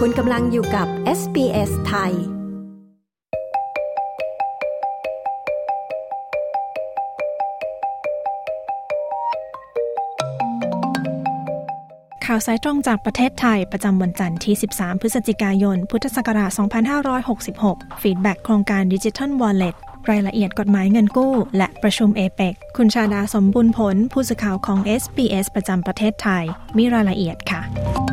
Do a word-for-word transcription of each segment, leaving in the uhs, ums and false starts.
คุณกำลังอยู่กับ เอส บี เอส ไทยข่าวสายตรงจากประเทศไทยประจำวันจันทร์ที่สิบสามพฤศจิกายนพุทธศักราชสองพันห้าร้อยหกสิบหกฟีดแบ็กโครงการ Digital Wallet รายละเอียดกฎหมายเงินกู้และประชุม เอ เปค คุณชาดาสมบุญผลผู้สื่อข่าวของ เอส บี เอส ประจำประเทศไทยมีรายละเอียดค่ะ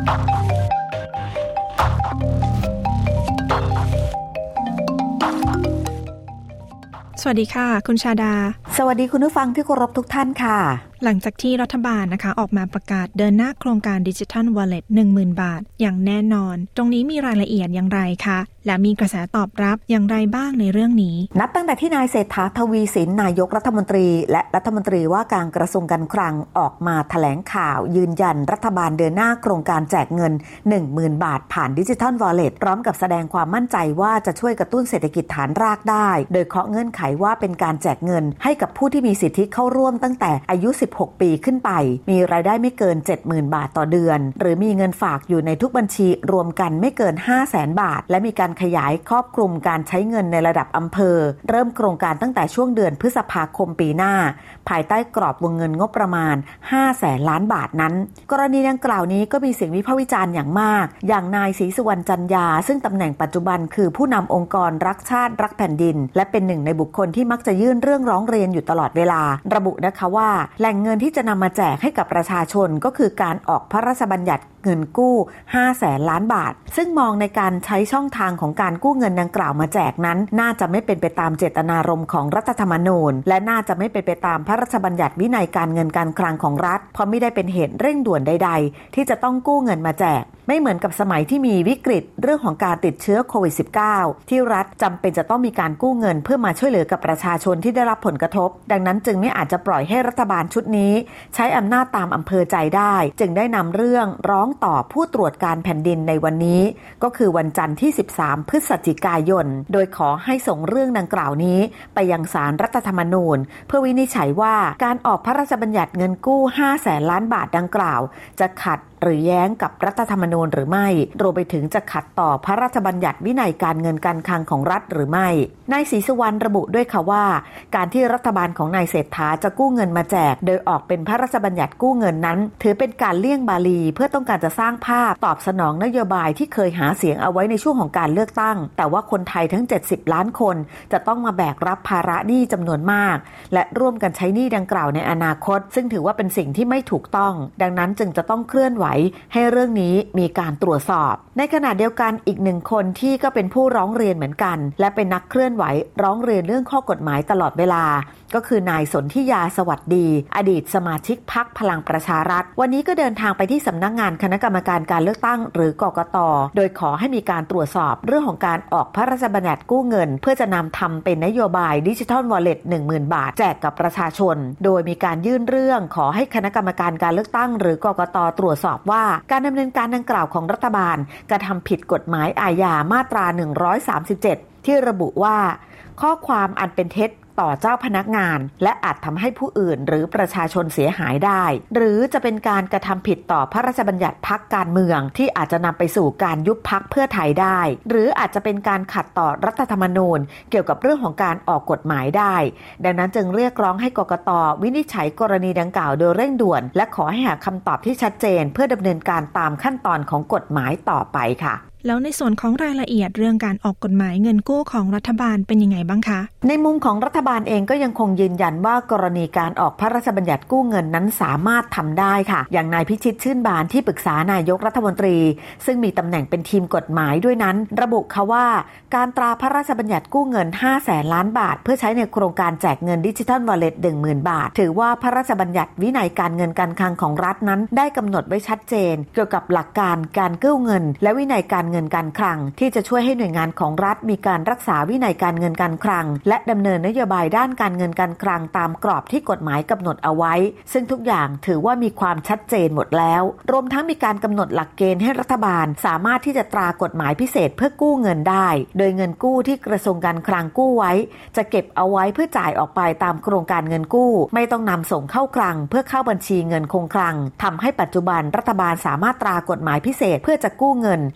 สวัสดีค่ะคุณชาดาสวัสดีคุณผู้ฟังที่เคารพทุกท่านค่ะหลังจากที่รัฐบาลนะคะออกมาประกาศเดินหน้าโครงการ Digital Wallet หนึ่งหมื่น บาทอย่างแน่นอนตรงนี้มีรายละเอียดอย่างไรคะและมีกระแสตอบรับอย่างไรบ้างในเรื่องนี้นับตั้งแต่ที่นายเศรษฐาทวีสินนายกรัฐมนตรีและรัฐมนตรีว่าการกระทรวงการคลังออกมาแถลงข่าวยืนยันรัฐบาลเดินหน้าโครงการแจกเงิน หนึ่งหมื่น บาทผ่าน Digital Wallet พร้อมกับแสดงความมั่นใจว่าจะช่วยกระตุ้นเศรษฐกิจฐานรากได้โดยเคาะเงื่อนไขว่าเป็นการแจกเงินให้กับผู้ที่มีสิทธิเข้าร่วมตั้งแต่อายุสิบหกปีขึ้นไปมีรายได้ไม่เกิน เจ็ดหมื่น บาทต่อเดือนหรือมีเงินฝากอยู่ในทุกบัญชีรวมกันไม่เกิน ห้าแสน บาทและมีการขยายครอบคลุมการใช้เงินในระดับอำเภอเริ่มโครงการตั้งแต่ช่วงเดือนพฤษภาคมปีหน้าภายใต้กรอบวงเงินงบประมาณห้าแสนล้านบาทนั้นกรณีดังกล่าวนี้ก็มีเสียงวิพากษ์วิจารณ์อย่างมากอย่างนายศรีสุวรรณจันยาซึ่งตำแหน่งปัจจุบันคือผู้นำองค์กรรักชาติรักแผ่นดินและเป็นหนึ่งในบุคคลที่มักจะยื่นเรื่องร้องเรียนอยู่ตลอดเวลาระบุนะคะว่าแหล่งเงินที่จะนำมาแจกให้กับประชาชนก็คือการออกพระราชบัญญัติเงินกู้ห้าแสนล้านบาทซึ่งมองในการใช้ช่องทางของการกู้เงินดังกล่าวมาแจกนั้นน่าจะไม่เป็นไปตามเจตนารมณ์ของรัฐธรรมนูญและน่าจะไม่เป็นไปตามพระราชบัญญัติวินัยการเงินการคลังของรัฐเพราะไม่ได้เป็นเหตุเร่งด่วนใดๆที่จะต้องกู้เงินมาแจกไม่เหมือนกับสมัยที่มีวิกฤตเรื่องของการติดเชื้อโควิด สิบเก้า ที่รัฐจำเป็นจะต้องมีการกู้เงินเพื่อมาช่วยเหลือกับประชาชนที่ได้รับผลกระทบดังนั้นจึงไม่อาจจะปล่อยให้รัฐบาลชุดนี้ใช้อำนาจตามอำเภอใจได้จึงได้นำเรื่องร้องต่อผู้ตรวจการแผ่นดินในวันนี้ก็คือวันจันทร์ที่สิบสามพฤศจิกายนโดยขอให้ส่งเรื่องดังกล่าวนี้ไปยังศาลรัฐธรรมนูญเพื่อวินิจฉัยว่าการออกพระราชบัญญัติเงินกู้ห้าแสนล้านบาทดังกล่าวจะขัดหรือแย้งกับรัฐธรรมนูญหรือไม่รวมไปถึงจะขัดต่อพระราชบัญญัติวินัยการเงินการคลังของรัฐหรือไม่นายศรีสุวรรณระบุด้วยค่ะว่าการที่รัฐบาลของนายเศรษฐาจะกู้เงินมาแจกโดยออกเป็นพระราชบัญญัติกู้เงินนั้นถือเป็นการเลี่ยงบาลีเพื่อต้องการจะสร้างภาพตอบสนองนโยบายที่เคยหาเสียงเอาไว้ในช่วงของการเลือกตั้งแต่ว่าคนไทยทั้งเจ็ดสิบล้านคนจะต้องมาแบกรับภาระหนี้จำนวนมากและร่วมกันใช้หนี้ดังกล่าวในอนาคตซึ่งถือว่าเป็นสิ่งที่ไม่ถูกต้องดังนั้นจึงจะต้องเคลื่อนไหวให้เรื่องนี้มีการตรวจสอบในขณะเดียวกันอีกหนึ่งคนที่ก็เป็นผู้ร้องเรียนเหมือนกันและเป็นนักเคลื่อนไหวร้องเรียนเรื่องข้อกฎหมายตลอดเวลาก็คือนายสนธิยาสวัสดีอดีตสมาชิกพรรคพลังประชารัฐวันนี้ก็เดินทางไปที่สำนักงานคณะกรรมการการเลือกตั้งหรือกกต.โดยขอให้มีการตรวจสอบเรื่องของการออกพระราชบัญญัติกู้เงินเพื่อจะนำทำเป็นนโยบาย Digital Wallet หนึ่งหมื่น บาทแจกกับประชาชนโดยมีการยื่นเรื่องขอให้คณะกรรมการการเลือกตั้งหรือกกต.ตรวจสอบว่าการดำเนินการดังกล่าวของรัฐบาลกระทำผิดกฎหมายอาญามาตราหนึ่งร้อยสามสิบเจ็ดที่ระบุว่าข้อความอันเป็นเท็จต่อเจ้าพนักงานและอาจทำให้ผู้อื่นหรือประชาชนเสียหายได้หรือจะเป็นการกระทำผิดต่อพระราชบัญญัติพรรคการเมืองที่อาจจะนำไปสู่การยุบพรรคเพื่อไทยได้หรืออาจจะเป็นการขัดต่อรัฐธรรมนูญเกี่ยวกับเรื่องของการออกกฎหมายได้ดังนั้นจึงเรียกร้องให้กกต.วินิจฉัยกรณีดังกล่าวโดยเร่งด่วนและขอให้หาคำตอบที่ชัดเจนเพื่อดำเนินการตามขั้นตอนของกฎหมายต่อไปค่ะแล้วในส่วนของรายละเอียดเรื่องการออกกฎหมายเงินกู้ของรัฐบาลเป็นยังไงบ้างคะในมุมของรัฐบาลเองก็ยังคงยืนยันว่ากรณีการออกพระราชบัญญัติกู้เงินนั้นสามารถทำได้ค่ะอย่างนายพิชิตชื่นบานที่ปรึกษานายกรัฐมนตรีซึ่งมีตำแหน่งเป็นทีมกฎหมายด้วยนั้นระบุค่ะว่าการตราพระราชบัญญัติกู้เงินห้าแสนล้านบาทเพื่อใช้ในโครงการแจกเงิน Digital Wallet หนึ่งหมื่น บาทถือว่าพระราชบัญญัติวินัยการเงินการคลังของรัฐนั้นได้กำหนดไว้ชัดเจนเกี่ยวกับหลักการการกู้เงินและวินัยการเงินการคลังที่จะช่วยให้หน่วยงานของรัฐมีการรักษาวินัยการเงินการคลังและดำเนินนโยบายด้านการเงินการคลังตามกรอบที่กฎหมายกำหนดเอาไว้ซึ่งทุกอย่างถือว่ามีความชัดเจนหมดแล้วรวมทั้งมีการกำหนดหลักเกณฑ์ให้รัฐบาลสามารถที่จะตรากฎหมายพิเศษเพื่อกู้เงินได้โดยเงินกู้ที่กระทรวงการคลังกู้ไว้จะเก็บเอาไว้เพื่อจ่ายออกไปตามโครงการเงินกู้ไม่ต้องนำส่งเข้าคลังเพื่อเข้าบัญชีเงินคงคลังทำให้ปัจจุบันรัฐบาลสามารถตรากฎหมายพิเศษเพื่อจะกู้เงินและจ่ายเงิน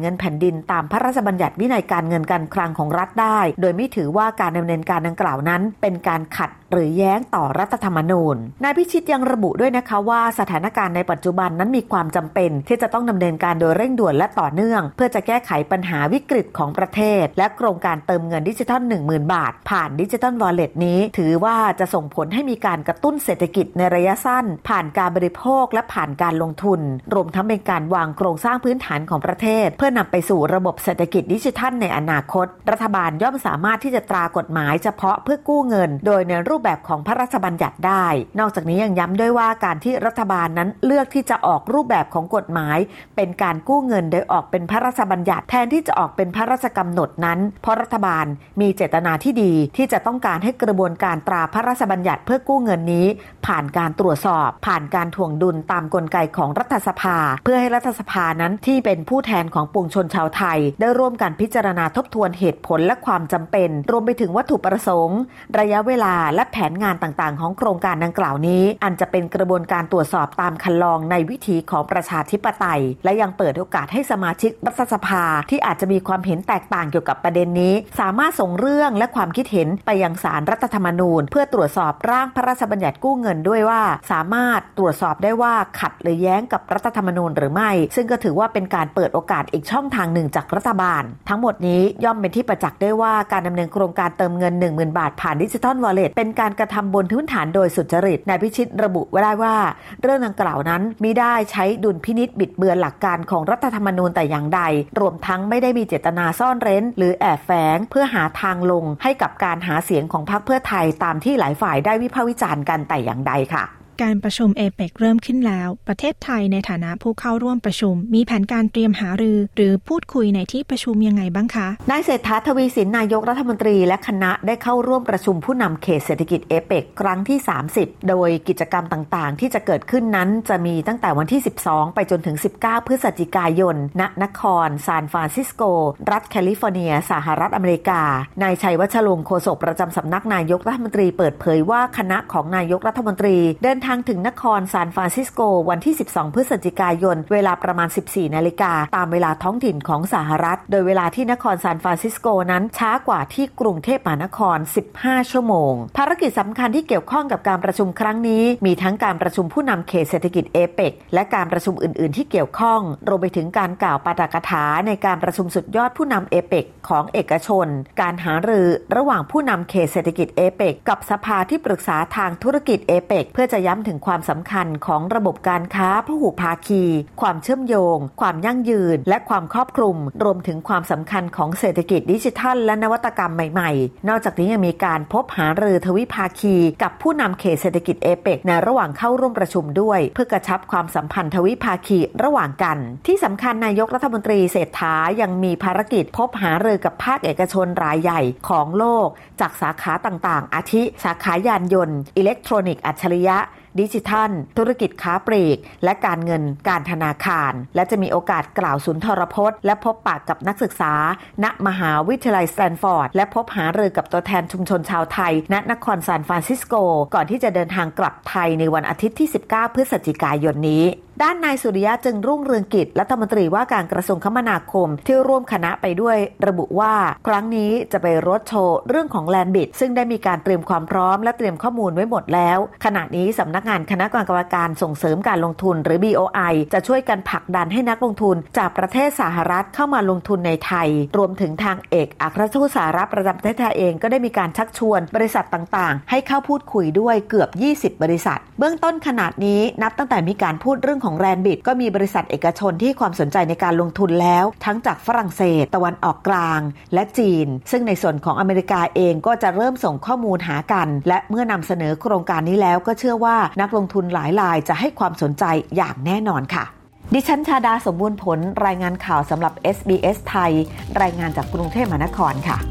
เงินแผ่นดินตามพระราชบัญญัติวินัยการเงินการคลังของรัฐได้โดยไม่ถือว่าการดำเนินการดังกล่าวนั้นเป็นการขัดหรือแย้งต่อรัฐธรรมนูญนายพิชิตยังระบุด้วยนะคะว่าสถานการณ์ในปัจจุบันนั้นมีความจำเป็นที่จะต้องดำเนินการโดยเร่งด่วนและต่อเนื่องเพื่อจะแก้ไขปัญหาวิกฤตของประเทศและโครงการเติมเงินดิจิทัล หนึ่งหมื่น บาทผ่านดิจิทัลวอลเล็ตนี้ถือว่าจะส่งผลให้มีการกระตุ้นเศรษฐกิจในระยะสั้นผ่านการบริโภคและผ่านการลงทุนรวมทั้งเป็นการวางโครงสร้างพื้นฐานของประเทศเพื่อนำไปสู่ระบบเศรษฐกิจดิจิทัลในอนาคตรัฐบาลย่อมสามารถที่จะตรากฎหมายเฉพาะเพื่อกู้เงินโดยในรูปแบบของพระราชบัญญัติได้นอกจากนี้ยังย้ำด้วยว่าการที่รัฐบาลนั้นเลือกที่จะออกรูปแบบของกฎหมายเป็นการกู้เงินโดยออกเป็นพระราชบัญญัติแทนที่จะออกเป็นพระราชกำหนดนั้นเพราะรัฐบาลมีเจตนาที่ดีที่จะต้องการให้กระบวนการตราพระราชบัญญัติเพื่อกู้เงินนี้ผ่านการตรวจสอบผ่านการถ่วงดุลตามกลไกของรัฐสภาเพื่อให้รัฐสภานั้นที่เป็นผู้แทนของปวงชนชาวไทยได้ร่วมกันพิจารณาทบทวนเหตุผลและความจำเป็นรวมไปถึงวัตถุประสงค์ระยะเวลาและแผนงานต่างๆของโครงการดังกล่าวนี้อันจะเป็นกระบวนการตรวจสอบตามคันลองในวิถีของประชาธิปไตยและยังเปิดโอกาสให้สมาชิกรัฐสภาที่อาจจะมีความเห็นแตกต่างเกี่ยวกับประเด็นนี้สามารถส่งเรื่องและความคิดเห็นไปยังศาลรัฐธรรมนูญเพื่อตรวจสอบร่างพระราชบัญญัติกู้เงินด้วยว่าสามารถตรวจสอบได้ว่าขัดหรือแย้งกับรัฐธรรมนูญหรือไม่ซึ่งก็ถือว่าเป็นการเปิดโอกาสอีกช่องทางหนึ่งจากรัฐบาลทั้งหมดนี้ย่อมเป็นที่ประจักษ์ได้ว่าการดำเนินโครงการเติมเงิน หนึ่งหมื่น บาทผ่านดิจิทัลวอลเล็ตเป็นการกระทำบนพื้นฐานโดยสุจริตนายพิชิตระบุไว้ได้ว่าเรื่องดังกล่าวนั้นมิได้ใช้ดุลพินิจบิดเบือนหลักการของรัฐธรรมนูญแต่อย่างใดรวมทั้งไม่ได้มีเจตนาซ่อนเร้นหรือแอบแฝงเพื่อหาทางลงให้กับการหาเสียงของพรรคเพื่อไทยตามที่หลายฝ่ายได้วิพากษ์วิจารณ์กันแต่อย่างใดค่ะการประชุม เอเปก เริ่มขึ้นแล้วประเทศไทยในฐานะผู้เข้าร่วมประชุมมีแผนการเตรียมหารือหรือพูดคุยในที่ประชุมยังไงบ้างคะนายเศรษฐาทวีสินนายกรัฐมนตรีและคณะได้เข้าร่วมประชุมผู้นำเขตเศรษฐกิจ เอเปก ครั้งที่สามสิบโดยกิจกรรมต่างๆที่จะเกิดขึ้นนั้นจะมีตั้งแต่วันที่สิบสองไปจนถึงสิบเก้าพฤศจิกายนณนครซานฟรานซิสโกรัฐแคลิฟอร์เนียสหรัฐอเมริกานายชัยวัชรงค์โฆษกประจำสำนักนายกรัฐมนตรีเปิดเผยว่าคณะของนายกรัฐมนตรีเดินทางถึงนครซานฟรานซิสโกวันที่สิบสองพฤศจิกายนเวลาประมาณ สิบสี่นาฬิกาตามเวลาท้องถิ่นของสหรัฐโดยเวลาที่นครซานฟรานซิสโกนั้นช้ากว่าที่กรุงเทพมหานครสิบห้าชั่วโมงภารกิจสำคัญที่เกี่ยวข้องกับการประชุมครั้งนี้มีทั้งการประชุมผู้นำเขตเศรษฐกิจ เอเปก และการประชุมอื่นๆที่เกี่ยวข้องรวมไปถึงการกล่าวปาฐกถาในการประชุมสุดยอดผู้นำ เอเปก ของเอกชนการหารือระหว่างผู้นำเขตเศรษฐกิจ เอเปก กับสภาที่ปรึกษาทางธุรกิจ เอเปก เพื่อจะย้ำถึงความสำคัญของระบบการค้าพหุภาคีความเชื่อมโยงความยั่งยืนและความครอบคลุมรวมถึงความสำคัญของเศรษฐกิจดิจิทัลและนวัตกรรมใหม่ๆนอกจากนี้ยังมีการพบหารือทวิภาคีกับผู้นำเขตเศรษฐกิจ เอเปก ในระหว่างเข้าร่วมประชุมด้วยเพื่อกระชับความสัมพันธ์ทวิภาคีระหว่างกันที่สำคัญนายกรัฐมนตรีเศรษฐายังมีภารกิจพบหารือกับภาคเอกชนรายใหญ่ของโลกจากสาขาต่างๆอาทิสาขายานยนต์อิเล็กทรอนิกส์อัจฉริยะดิจิทัลธุรกิจค้าปลีกและการเงินการธนาคารและจะมีโอกาสกล่าวสุนทรพจน์และพบปะกับนักศึกษาณมหาวิทยาลัยสแตนฟอร์ดและพบหารือกับตัวแทนชุมชนชาวไทยณนครซานฟรานซิสโกก่อนที่จะเดินทางกลับไทยในวันอาทิตย์ที่สิบเก้าพฤศจิกายนนี้ด้านนายสุริยะจึงรุ่งเรืองกิจรัฐมนตรีว่าการกระทรวงคมนาคมที่ร่วมคณะไปด้วยระบุว่าครั้งนี้จะไปรถโชว์เรื่องของแลนด์บิดซึ่งได้มีการเตรียมความพร้อมและเตรียมข้อมูลไว้หมดแล้วขณะนี้สำนักงานคณะกรรมการส่งเสริมการลงทุนหรือ บี โอ ไอ จะช่วยกันผลักดันให้นักลงทุนจากประเทศสหรัฐเข้ามาลงทุนในไทยรวมถึงทางเอกอัครราชทูตสหรัฐประจำประเทศไทยเองก็ได้มีการชักชวนบริษัทต่างๆให้เข้าพูดคุยด้วยเกือบยี่สิบบริษัทเบื้องต้นขนาดนี้นับตั้งแต่มีการพูดเรื่องของแลนด์บิดก็มีบริษัทเอกชนที่ความสนใจในการลงทุนแล้วทั้งจากฝรั่งเศสตะวันออกกลางและจีนซึ่งในส่วนของอเมริกาเองก็จะเริ่มส่งข้อมูลหากันและเมื่อนำเสนอโครงการนี้แล้วก็เชื่อว่านักลงทุนหลายรายจะให้ความสนใจอย่างแน่นอนค่ะดิฉันชาดาสมบูรณ์ผลรายงานข่าวสำหรับ เอส บี เอส ไทยรายงานจากกรุงเทพมหานครค่ะ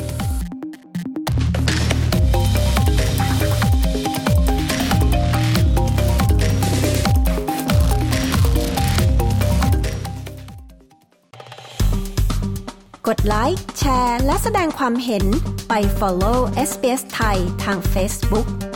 กดไลค์แชร์และแสดงความเห็นไป follow เอส บี เอส ไทยทาง Facebook